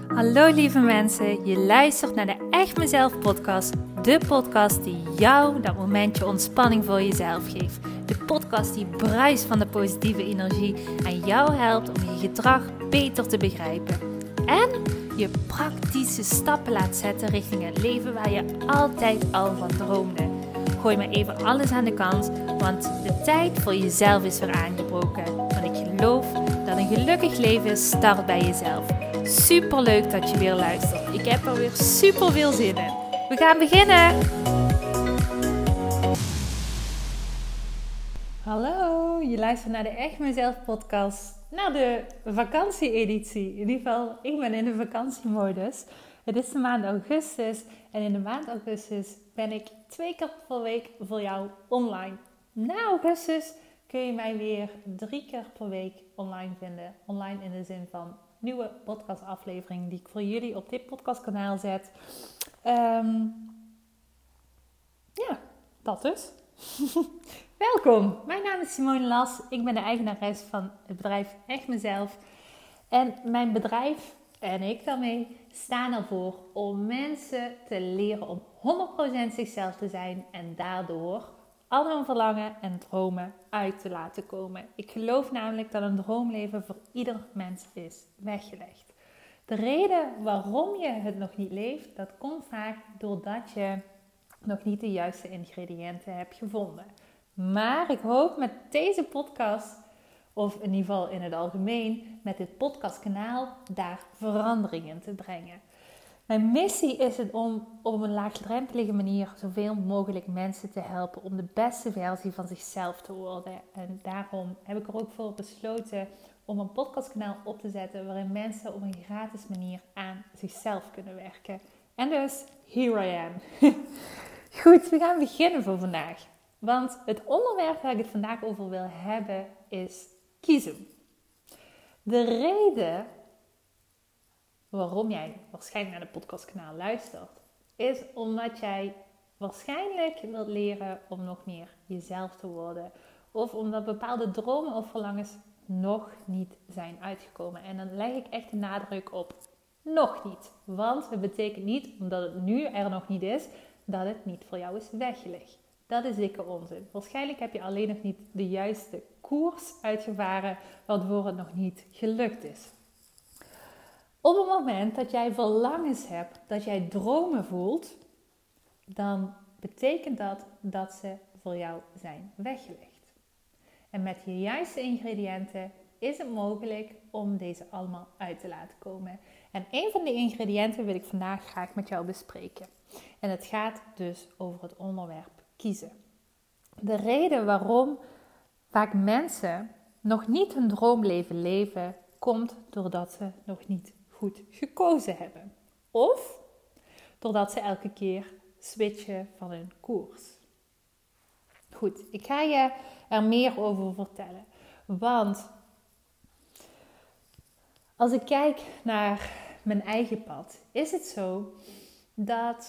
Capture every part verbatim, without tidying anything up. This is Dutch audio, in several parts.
Hallo lieve mensen, je luistert naar de Echt Mezelf podcast. De podcast die jou dat momentje ontspanning voor jezelf geeft. De podcast die bruist van de positieve energie en jou helpt om je gedrag beter te begrijpen. En je praktische stappen laat zetten richting het leven waar je altijd al van droomde. Gooi maar even alles aan de kant, want de tijd voor jezelf is weer aangebroken. Want ik geloof dat een gelukkig leven start bij jezelf. Super leuk dat je weer luistert. Ik heb er weer super veel zin in. We gaan beginnen! Hallo, je luistert naar de Echt Mezelf podcast. Naar de vakantie-editie. In ieder geval, ik ben in de vakantiemodus. Het is de maand augustus en in de maand augustus ben ik twee keer per week voor jou online. Na augustus kun je mij weer drie keer per week online vinden. Online in de zin van nieuwe podcastaflevering die ik voor jullie op dit podcastkanaal zet. Um, ja, dat dus. Welkom, mijn naam is Simone Las. Ik ben de eigenares van het bedrijf Echt Mezelf. En mijn bedrijf en ik daarmee staan ervoor om mensen te leren om honderd procent zichzelf te zijn en daardoor al hun verlangen en dromen uit te laten komen. Ik geloof namelijk dat een droomleven voor ieder mens is weggelegd. De reden waarom je het nog niet leeft, dat komt vaak doordat je nog niet de juiste ingrediënten hebt gevonden. Maar ik hoop met deze podcast, of in ieder geval in het algemeen, met dit podcastkanaal, daar verandering in te brengen. Mijn missie is het om op een laagdrempelige manier zoveel mogelijk mensen te helpen om de beste versie van zichzelf te worden. En daarom heb ik er ook voor besloten om een podcastkanaal op te zetten waarin mensen op een gratis manier aan zichzelf kunnen werken. En dus, here I am. Goed, we gaan beginnen voor vandaag. Want het onderwerp waar ik het vandaag over wil hebben is kiezen. De reden waarom jij waarschijnlijk naar de podcastkanaal luistert, is omdat jij waarschijnlijk wilt leren om nog meer jezelf te worden. Of omdat bepaalde dromen of verlangens nog niet zijn uitgekomen. En dan leg ik echt de nadruk op nog niet. Want het betekent niet, omdat het nu er nog niet is, dat het niet voor jou is weggelegd. Dat is dikke onzin. Waarschijnlijk heb je alleen nog niet de juiste koers uitgevaren, waardoor het nog niet gelukt is. Op het moment dat jij verlangens hebt, dat jij dromen voelt, dan betekent dat dat ze voor jou zijn weggelegd. En met je juiste ingrediënten is het mogelijk om deze allemaal uit te laten komen. En een van die ingrediënten wil ik vandaag graag met jou bespreken. En het gaat dus over het onderwerp kiezen. De reden waarom vaak mensen nog niet hun droomleven leven, komt doordat ze nog niet goed gekozen hebben. Of doordat ze elke keer switchen van hun koers. Goed, ik ga je er meer over vertellen. Want als ik kijk naar mijn eigen pad, is het zo dat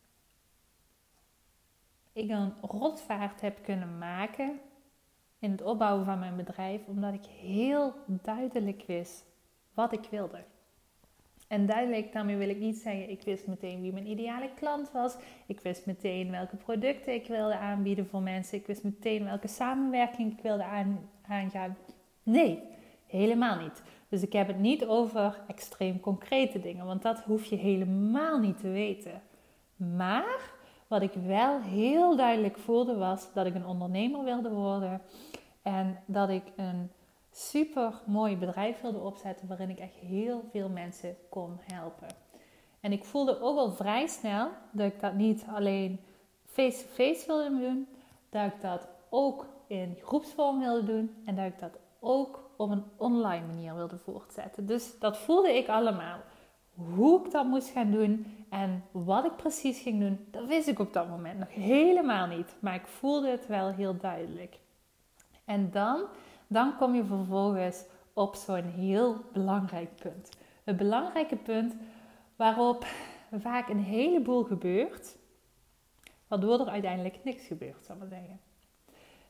ik een rotvaart heb kunnen maken in het opbouwen van mijn bedrijf, omdat ik heel duidelijk wist wat ik wilde. En duidelijk, daarmee wil ik niet zeggen, ik wist meteen wie mijn ideale klant was. Ik wist meteen welke producten ik wilde aanbieden voor mensen. Ik wist meteen welke samenwerking ik wilde aan, aangaan. Nee, helemaal niet. Dus ik heb het niet over extreem concrete dingen, want dat hoef je helemaal niet te weten. Maar wat ik wel heel duidelijk voelde was dat ik een ondernemer wilde worden. En dat ik een super mooi bedrijf wilde opzetten waarin ik echt heel veel mensen kon helpen. En ik voelde ook al vrij snel dat ik dat niet alleen face-to-face wilde doen, dat ik dat ook in groepsvorm wilde doen en dat ik dat ook op een online manier wilde voortzetten. Dus dat voelde ik allemaal. Hoe ik dat moest gaan doen en wat ik precies ging doen, dat wist ik op dat moment nog helemaal niet. Maar ik voelde het wel heel duidelijk. En dan, dan kom je vervolgens op zo'n heel belangrijk punt. Het belangrijke punt waarop vaak een heleboel gebeurt, waardoor er uiteindelijk niks gebeurt, zal ik maar zeggen.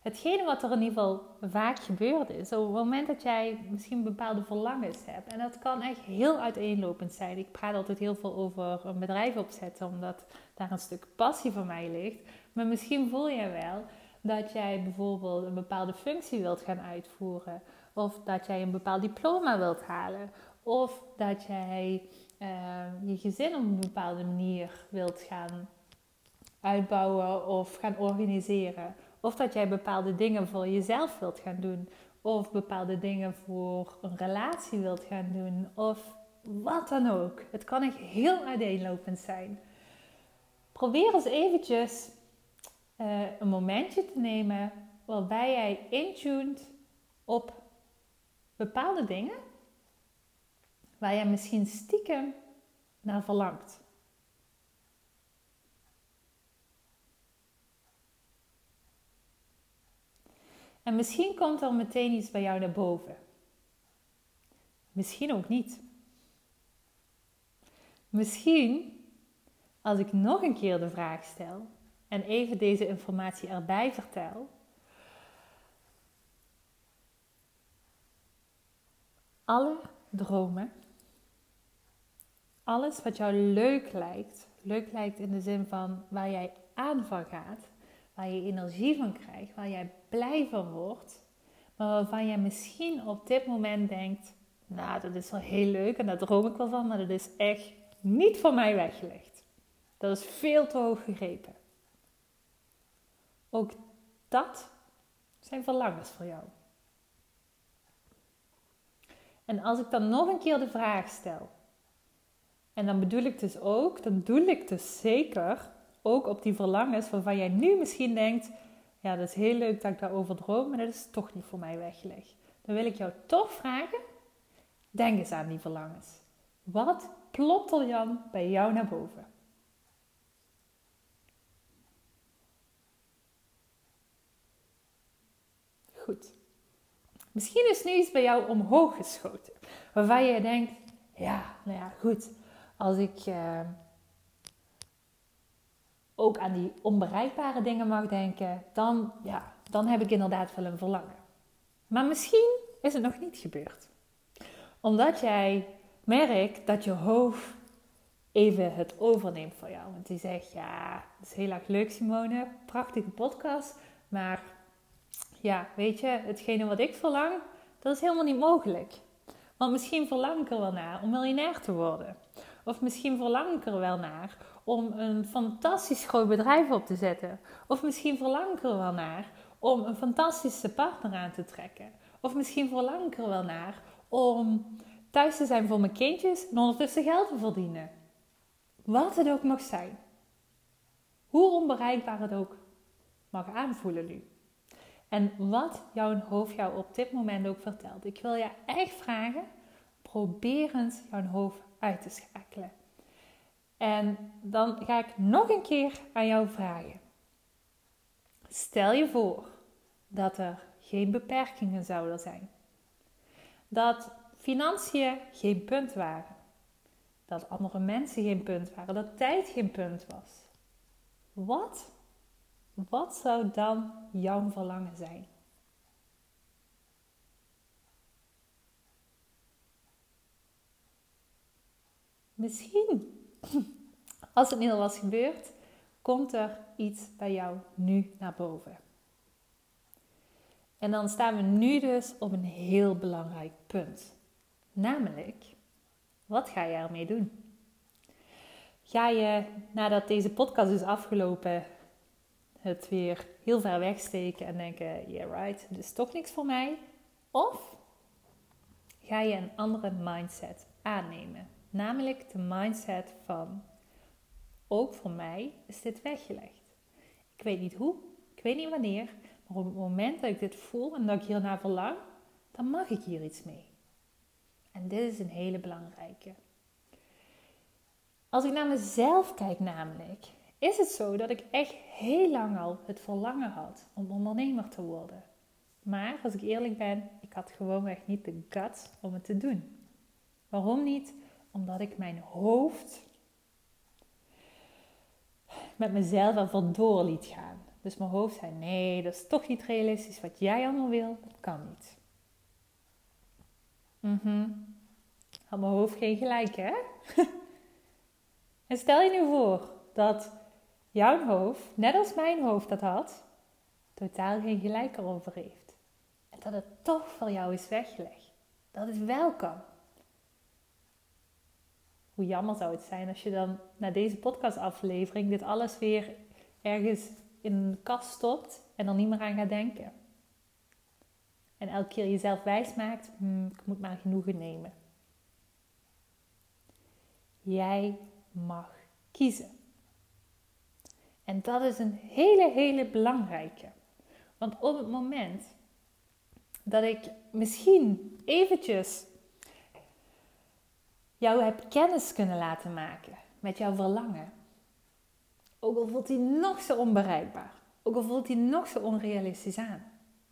hetgene wat er in ieder geval vaak gebeurd is, op het moment dat jij misschien bepaalde verlangens hebt, en dat kan echt heel uiteenlopend zijn. Ik praat altijd heel veel over een bedrijf opzetten, omdat daar een stuk passie van mij ligt. Maar misschien voel je wel dat jij bijvoorbeeld een bepaalde functie wilt gaan uitvoeren, of dat jij een bepaald diploma wilt halen, of dat jij uh, je gezin op een bepaalde manier wilt gaan uitbouwen of gaan organiseren. Of dat jij bepaalde dingen voor jezelf wilt gaan doen. Of bepaalde dingen voor een relatie wilt gaan doen. Of wat dan ook. Het kan echt heel uiteenlopend zijn. Probeer eens eventjes uh, een momentje te nemen waarbij jij intuned op bepaalde dingen waar jij misschien stiekem naar verlangt. En misschien komt er meteen iets bij jou naar boven. Misschien ook niet. Misschien, als ik nog een keer de vraag stel en even deze informatie erbij vertel. Alle dromen, alles wat jou leuk lijkt, leuk lijkt in de zin van waar jij aan van gaat, waar je energie van krijgt, waar jij blij van wordt, maar waarvan jij misschien op dit moment denkt, nou dat is wel heel leuk en daar droom ik wel van, maar dat is echt niet voor mij weggelegd. Dat is veel te hoog gegrepen. Ook dat zijn verlangens voor jou. En als ik dan nog een keer de vraag stel, en dan bedoel ik dus ook, dan doe ik dus zeker ook op die verlangens waarvan jij nu misschien denkt, ja dat is heel leuk dat ik daarover droom, maar dat is toch niet voor mij weggelegd. Dan wil ik jou toch vragen, denk eens aan die verlangens. Wat plopt er dan bij jou naar boven? Goed. Misschien is nu iets bij jou omhoog geschoten, waarvan je denkt, ja, nou ja, goed, als ik uh, ook aan die onbereikbare dingen mag denken, dan, ja, dan heb ik inderdaad wel een verlangen. Maar misschien is het nog niet gebeurd. Omdat jij merkt dat je hoofd even het overneemt voor jou. Want die zegt, ja, dat is heel erg leuk Simone, prachtige podcast, maar ja, weet je, hetgene wat ik verlang, dat is helemaal niet mogelijk. Want misschien verlang ik er wel naar om miljonair te worden. Of misschien verlang ik er wel naar om een fantastisch groot bedrijf op te zetten. Of misschien verlang ik er wel naar om een fantastische partner aan te trekken. Of misschien verlang ik er wel naar om thuis te zijn voor mijn kindjes en ondertussen geld te verdienen. Wat het ook mag zijn. Hoe onbereikbaar het ook mag aanvoelen nu. En wat jouw hoofd jou op dit moment ook vertelt. Ik wil je echt vragen, probeer eens jouw hoofd uit te schakelen. En dan ga ik nog een keer aan jou vragen. Stel je voor dat er geen beperkingen zouden zijn. Dat financiën geen punt waren. Dat andere mensen geen punt waren. Dat tijd geen punt was. Wat? Wat zou dan jouw verlangen zijn? Misschien, als het niet al was gebeurd, komt er iets bij jou nu naar boven. En dan staan we nu dus op een heel belangrijk punt. Namelijk, wat ga je ermee doen? Ga je, nadat deze podcast is afgelopen, het weer heel ver wegsteken en denken, yeah right, dit is toch niks voor mij? Of ga je een andere mindset aannemen? Namelijk de mindset van, ook voor mij is dit weggelegd. Ik weet niet hoe, ik weet niet wanneer, maar op het moment dat ik dit voel en dat ik hiernaar verlang, dan mag ik hier iets mee. En dit is een hele belangrijke. Als ik naar mezelf kijk namelijk, is het zo dat ik echt heel lang al het verlangen had om ondernemer te worden. Maar als ik eerlijk ben, ik had gewoonweg niet de guts om het te doen. Waarom niet? Omdat ik mijn hoofd met mezelf ervoor door liet gaan. Dus mijn hoofd zei, nee, dat is toch niet realistisch. Wat jij allemaal wil, dat kan niet. Mhm. Had mijn hoofd geen gelijk, hè? En stel je nu voor dat jouw hoofd, net als mijn hoofd dat had, totaal geen gelijk erover heeft. En dat het toch voor jou is weggelegd. Dat het wel kan. Hoe jammer zou het zijn als je dan na deze podcastaflevering dit alles weer ergens in een kast stopt en er niet meer aan gaat denken. En elke keer jezelf wijsmaakt, hmm, ik moet maar genoegen nemen. Jij mag kiezen. En dat is een hele, hele belangrijke. Want op het moment dat ik misschien eventjes jou heb kennis kunnen laten maken met jouw verlangen. Ook al voelt die nog zo onbereikbaar. Ook al voelt die nog zo onrealistisch aan.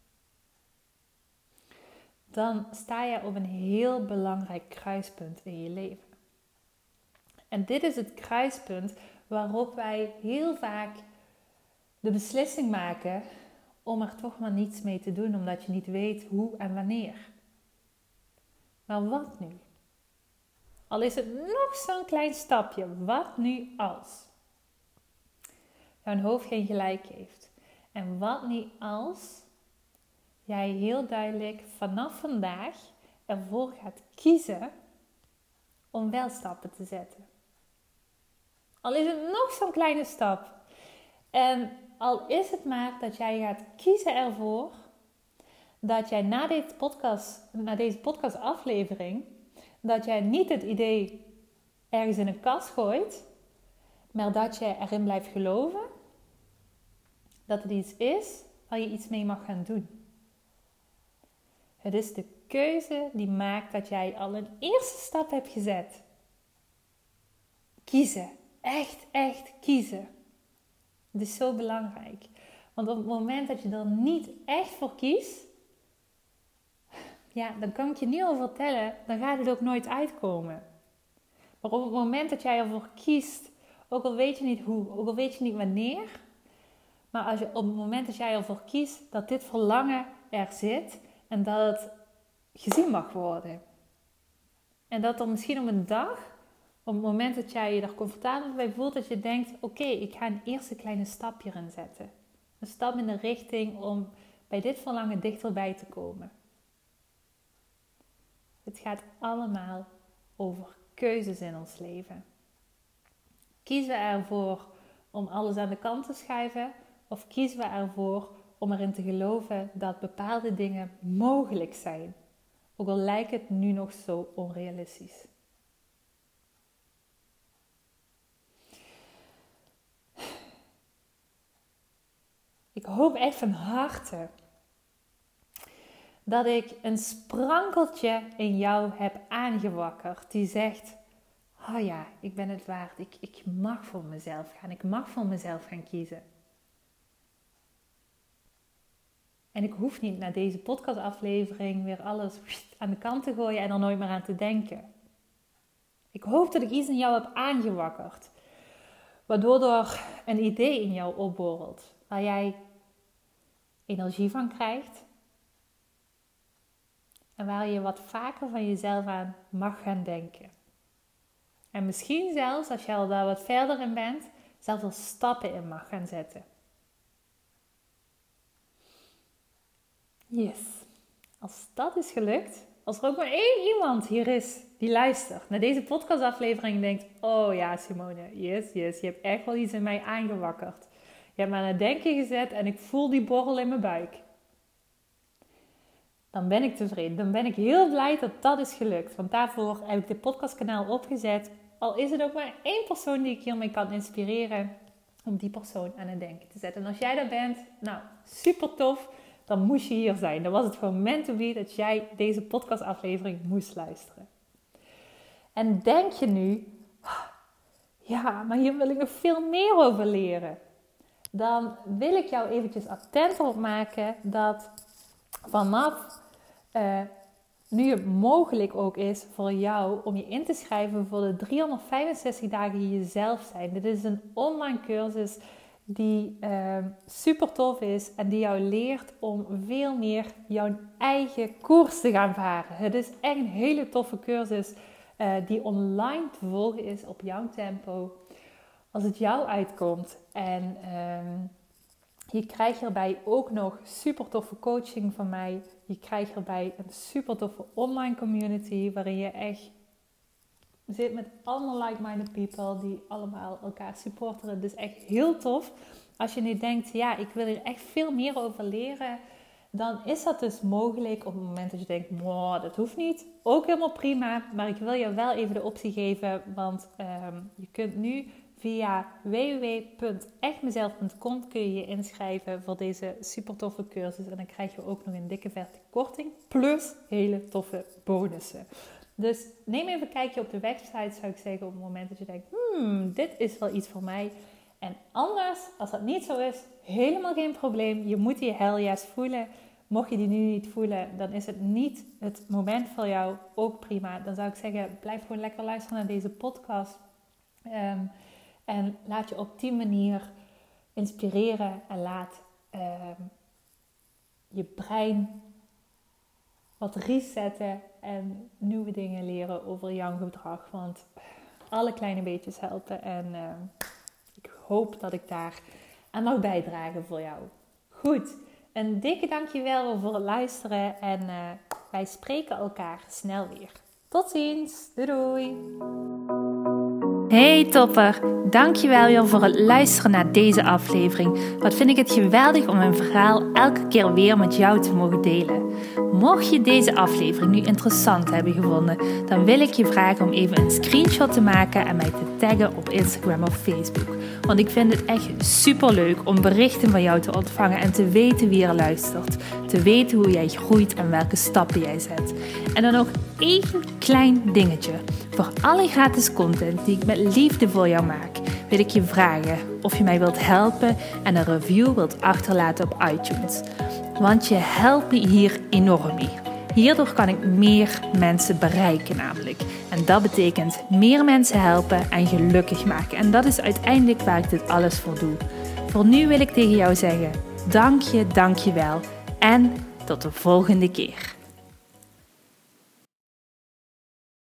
Dan sta je op een heel belangrijk kruispunt in je leven. En dit is het kruispunt waarop wij heel vaak de beslissing maken om er toch maar niets mee te doen, omdat je niet weet hoe en wanneer. Maar wat nu? Al is het nog zo'n klein stapje, wat nu als jouw hoofd geen gelijk heeft? En wat nu als jij heel duidelijk vanaf vandaag ervoor gaat kiezen om wel stappen te zetten? Al is het nog zo'n kleine stap. En al is het maar dat jij gaat kiezen ervoor dat jij na deze podcast, na deze podcastaflevering, dat jij niet het idee ergens in een kast gooit, maar dat je erin blijft geloven dat het iets is waar je iets mee mag gaan doen. Het is de keuze die maakt dat jij al een eerste stap hebt gezet. Kiezen. Echt, echt kiezen. Het is zo belangrijk. Want op het moment dat je er niet echt voor kiest, ja, dan kan ik je nu al vertellen, dan gaat het ook nooit uitkomen. Maar op het moment dat jij ervoor kiest, ook al weet je niet hoe, ook al weet je niet wanneer, maar als je, op het moment dat jij ervoor kiest dat dit verlangen er zit en dat het gezien mag worden. En dat er misschien op een dag, op het moment dat jij je er comfortabel bij voelt, dat je denkt, oké, okay, ik ga een eerste kleine stapje erin zetten. Een stap in de richting om bij dit verlangen dichterbij te komen. Het gaat allemaal over keuzes in ons leven. Kiezen we ervoor om alles aan de kant te schuiven? Of kiezen we ervoor om erin te geloven dat bepaalde dingen mogelijk zijn? Ook al lijkt het nu nog zo onrealistisch. Ik hoop echt van harte dat ik een sprankeltje in jou heb aangewakkerd die zegt, oh ja, ik ben het waard. Ik, ik mag voor mezelf gaan. Ik mag voor mezelf gaan kiezen. En ik hoef niet na deze podcastaflevering weer alles aan de kant te gooien en er nooit meer aan te denken. Ik hoop dat ik iets in jou heb aangewakkerd. Waardoor er een idee in jou opborrelt. Waar jij energie van krijgt. En waar je wat vaker van jezelf aan mag gaan denken. En misschien zelfs, als je al daar wat verder in bent, zelfs al stappen in mag gaan zetten. Yes. Als dat is gelukt, als er ook maar één iemand hier is die luistert naar deze podcastaflevering en denkt, oh ja Simone, yes, yes, je hebt echt wel iets in mij aangewakkerd. Je hebt me aan het denken gezet en ik voel die borrel in mijn buik. Dan ben ik tevreden. Dan ben ik heel blij dat dat is gelukt. Want daarvoor heb ik dit podcastkanaal opgezet. Al is het ook maar één persoon die ik hiermee kan inspireren. Om die persoon aan het denken te zetten. En als jij daar bent, nou super tof. Dan moest je hier zijn. Dan was het gewoon meant to be dat jij deze podcastaflevering moest luisteren. En denk je nu, ja, maar hier wil ik nog veel meer over leren. Dan wil ik jou eventjes attent op maken dat vanaf uh, nu het mogelijk ook is voor jou om je in te schrijven voor de driehonderdvijfenzestig dagen jezelf zijn. Dit is een online cursus die uh, super tof is en die jou leert om veel meer jouw eigen koers te gaan varen. Het is echt een hele toffe cursus uh, die online te volgen is op jouw tempo. Als het jou uitkomt. En um, je krijgt hierbij ook nog super toffe coaching van mij. Je krijgt hierbij een super toffe online community waarin je echt zit met allemaal like-minded people die allemaal elkaar supporteren. Dus echt heel tof. Als je nu denkt, ja, ik wil hier echt veel meer over leren, dan is dat dus mogelijk op het moment dat je denkt, wow, dat hoeft niet. Ook helemaal prima, maar ik wil je wel even de optie geven, want um, je kunt nu via w w w punt echt mezelf punt com kun je je inschrijven voor deze super toffe cursus. En dan krijg je ook nog een dikke vette korting, plus hele toffe bonussen. Dus neem even een kijkje op de website, zou ik zeggen, op het moment dat je denkt, hmm, dit is wel iets voor mij. En anders, als dat niet zo is, helemaal geen probleem. Je moet die hell yes voelen. Mocht je die nu niet voelen, dan is het niet het moment voor jou. Ook prima. Dan zou ik zeggen, blijf gewoon lekker luisteren naar deze podcast. Um, en laat je op die manier inspireren. En laat um, je brein wat resetten en nieuwe dingen leren over jouw gedrag. Want alle kleine beetjes helpen. En uh, ik hoop dat ik daar aan mag bijdragen voor jou. Goed, een dikke dankjewel voor het luisteren. En uh, wij spreken elkaar snel weer. Tot ziens. Doei doei. Hey topper, dankjewel weer voor het luisteren naar deze aflevering. Wat vind ik het geweldig om mijn verhaal elke keer weer met jou te mogen delen. Mocht je deze aflevering nu interessant hebben gevonden, dan wil ik je vragen om even een screenshot te maken en mij te taggen op Instagram of Facebook. Want ik vind het echt superleuk om berichten van jou te ontvangen en te weten wie er luistert. Te weten hoe jij groeit en welke stappen jij zet. En dan nog één klein dingetje. Voor alle gratis content die ik met liefde voor jou maak, wil ik je vragen of je mij wilt helpen en een review wilt achterlaten op iTunes. Want je helpt me hier enorm mee. Hierdoor kan ik meer mensen bereiken namelijk. En dat betekent meer mensen helpen en gelukkig maken. En dat is uiteindelijk waar ik dit alles voor doe. Voor nu wil ik tegen jou zeggen, dank je, dank je wel. En tot de volgende keer.